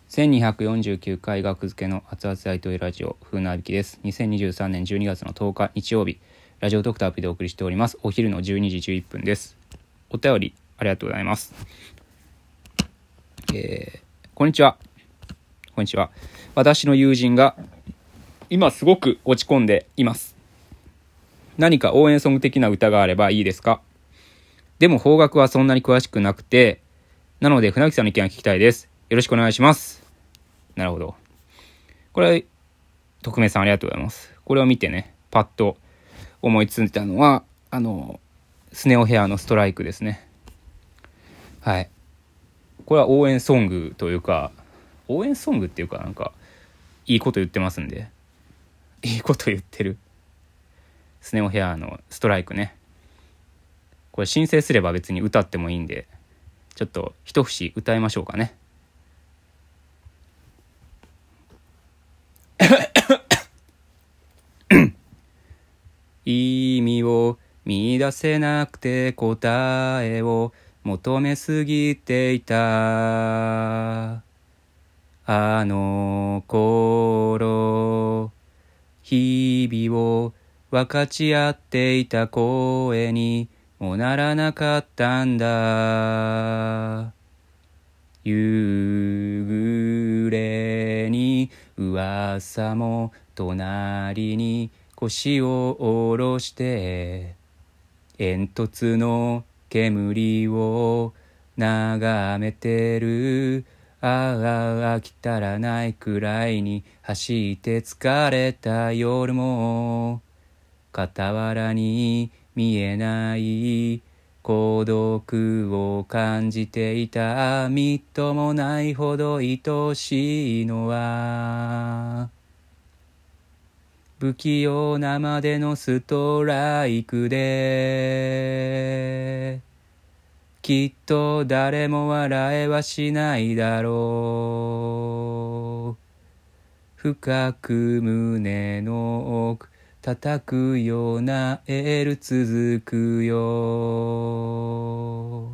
1249回学付けの熱々大統領ラジオ風なびきです。2023年12月の10日日曜日、ラジオドクターアプリでお送りしております。お昼の12時11分です。お便りありがとうございます。こんにちは。私の友人が今すごく落ち込んでいます。何か応援ソング的な歌があればいいですか？でも邦楽はそんなに詳しくなくて、なので船木さんの意見が聞きたいです。よろしくお願いします。なるほど。これ匿名さんありがとうございます。これを見てね、パッと思いついたのはスネオヘアのストライクですね。はい。これは応援ソングというか、応援ソングっていうかなんかいいこと言ってますんで、いいこと言ってるスネオヘアのストライクね。これ申請すれば別に歌ってもいいんで、ちょっと一節歌いましょうかね。意味を見出せなくて答えを求めすぎていたあの頃、日々を分かち合っていた声にもならなかったんだ。夕暮れに噂も隣に腰を下ろして煙突の煙を眺めてる。飽きたらないくらいに走って疲れた夜も傍らに見えない孤独を感じていた。みっともないほど愛しいのは不器用なまでのストライクで、きっと誰も笑えはしないだろう。深く胸の奥叩くようなエール続くよ。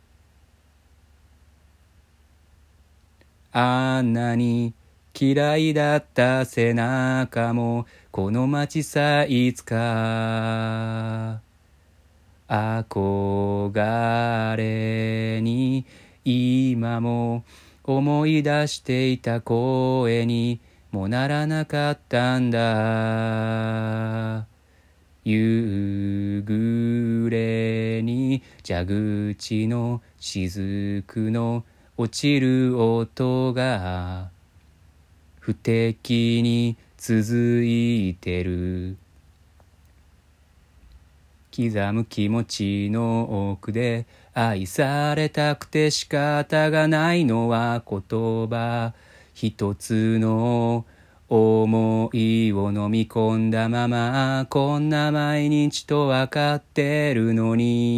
あんなに嫌いだった背中もこの街さいつか憧れに今も思い出していた声にもならなかったんだ。夕暮れに蛇口の雫の落ちる音が不敵に続いてる。刻む気持ちの奥で愛されたくて仕方がないのは言葉一つの思いを飲み込んだまま、こんな毎日とわかってるの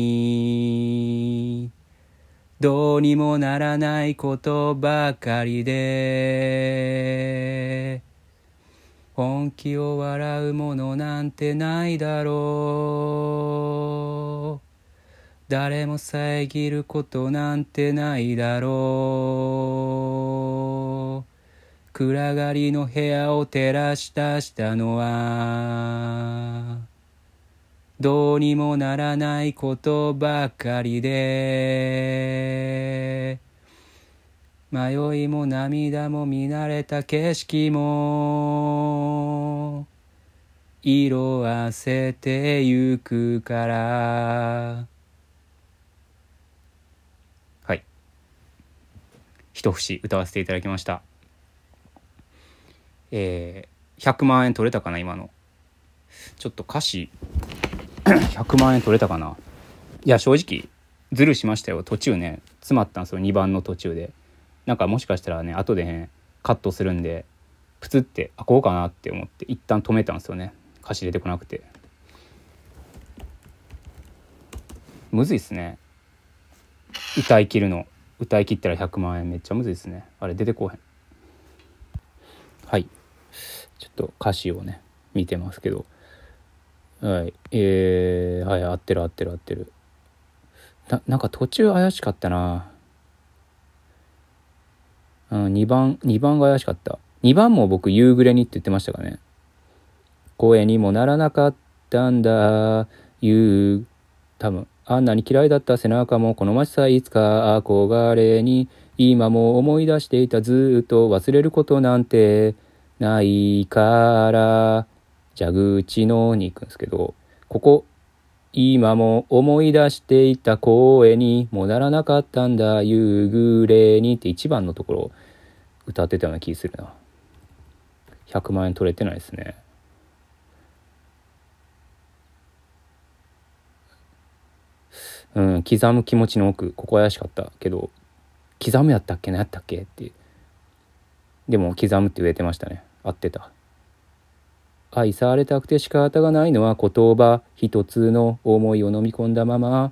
にどうにもならないことばかりで、本気を笑うものなんてないだろう。誰も遮ることなんてないだろう。暗がりの部屋を照らし出したのはどうにもならないことばかりで、迷いも涙も見慣れた景色も色あせてゆくから。はい、一節歌わせていただきました。100万円取れたかな今の。ちょっと歌詞100万円取れたかな。いや正直ズルしましたよ。途中ね詰まったんですよ。2番の途中でなんかもしかしたらね後でねカットするんでプツってこうかなって思って一旦止めたんですよね。歌詞出てこなくてむずいっすね。歌い切るの。歌い切ったら100万円めっちゃむずいっすね。あれ出てこへん。はい、ちょっと歌詞をね見てますけど、はい、はい、合ってる。なんか途中怪しかったな。 2番が怪しかった。2番も僕夕暮れにって言ってましたかね。声にもならなかったんだ多分あんなに嫌いだった背中もこの街さいつか憧れに今も思い出していたずっと忘れることなんてないから蛇口のに行くんですけど、ここ今も思い出していた声にもならなかったんだ夕暮れにって1番のところ歌ってたような気するな。100万円取れてないですね。刻む気持ちの奥、ここ怪しかったけど、刻むやったっけ何やったっけって。でも刻むって言えてましたね。合ってた。愛されたくて仕方がないのは言葉一つの思いを飲み込んだまま。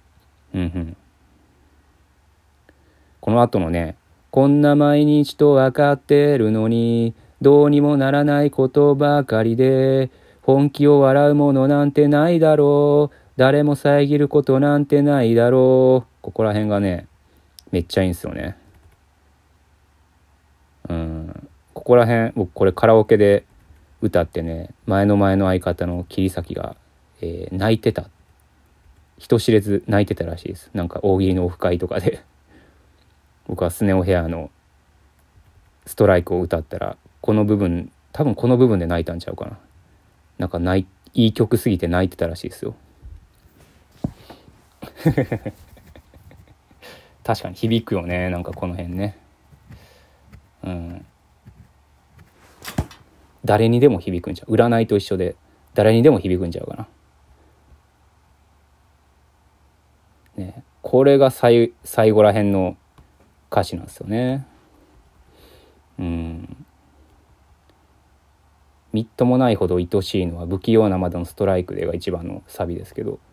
この後のね、こんな毎日と分かってるのにどうにもならないことばかりで本気を笑うものなんてないだろう、誰も遮ることなんてないだろう。ここら辺がねめっちゃいいんですよね。ここら辺僕これカラオケで歌ってね、前の相方の切り裂きが、泣いてた、人知れず泣いてたらしいです。なんか大喜利のオフ会とかで僕はスネオヘアのストライクを歌ったら多分この部分で泣いたんちゃうかな。なんかいい曲すぎて泣いてたらしいですよ確かに響くよね、なんかこの辺ね。誰にでも響くんちゃう。占いと一緒で誰にでも響くんちゃうかな。ね、これが最後ら辺の歌詞なんですよね。みっともないほど愛しいのは不器用なまでのストライクでが一番のサビですけど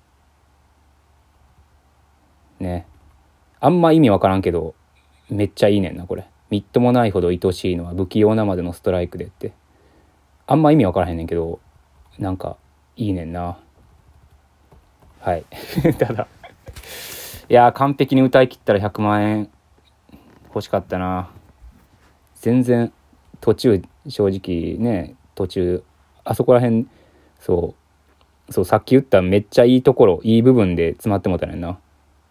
ね、あんま意味わからんけどめっちゃいいねんなこれ。みっともないほど愛しいのは不器用なまでのストライクでってあんま意味わからへんねんけどなんかいいねんな。はいただいや完璧に歌い切ったら100万円欲しかったな。全然途中正直ね、途中あそこら辺そうさっき言っためっちゃいいところいい部分で詰まってもうたねんな。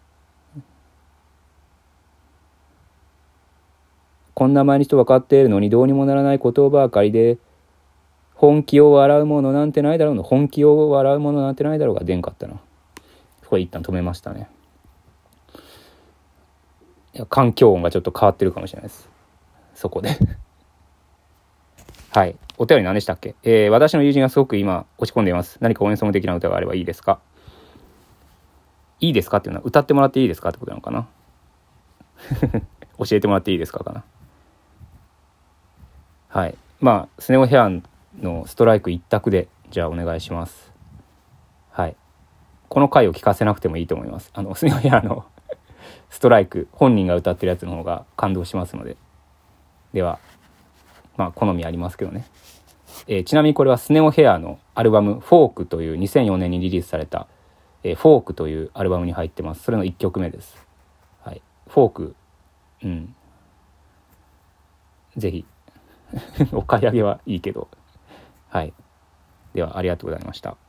こんな毎日と分かっているのにどうにもならないことばかりで本気を笑うものなんてないだろうの本気を笑うものなんてないだろうが出んかったな。これ一旦止めましたね。いや環境音がちょっと変わってるかもしれないですそこではい、お便り何でしたっけ。私の友人がすごく今落ち込んでいます。何か応援ソング的な歌があればいいですか。いいですかっていうのは歌ってもらっていいですかってことなのかな教えてもらっていいですかかな。はい、まあスネオヘアのストライク一択でじゃあお願いします。はい、この回を聞かせなくてもいいと思います。スネオヘアのストライク本人が歌ってるやつの方が感動しますので。ではまあ好みありますけどね。ちなみにこれはスネオヘアのアルバムフォークという2004年にリリースされた、フォークというアルバムに入ってます。それの1曲目です。はい、フォークぜひお買い上げはいいけど、はい、ではありがとうございました。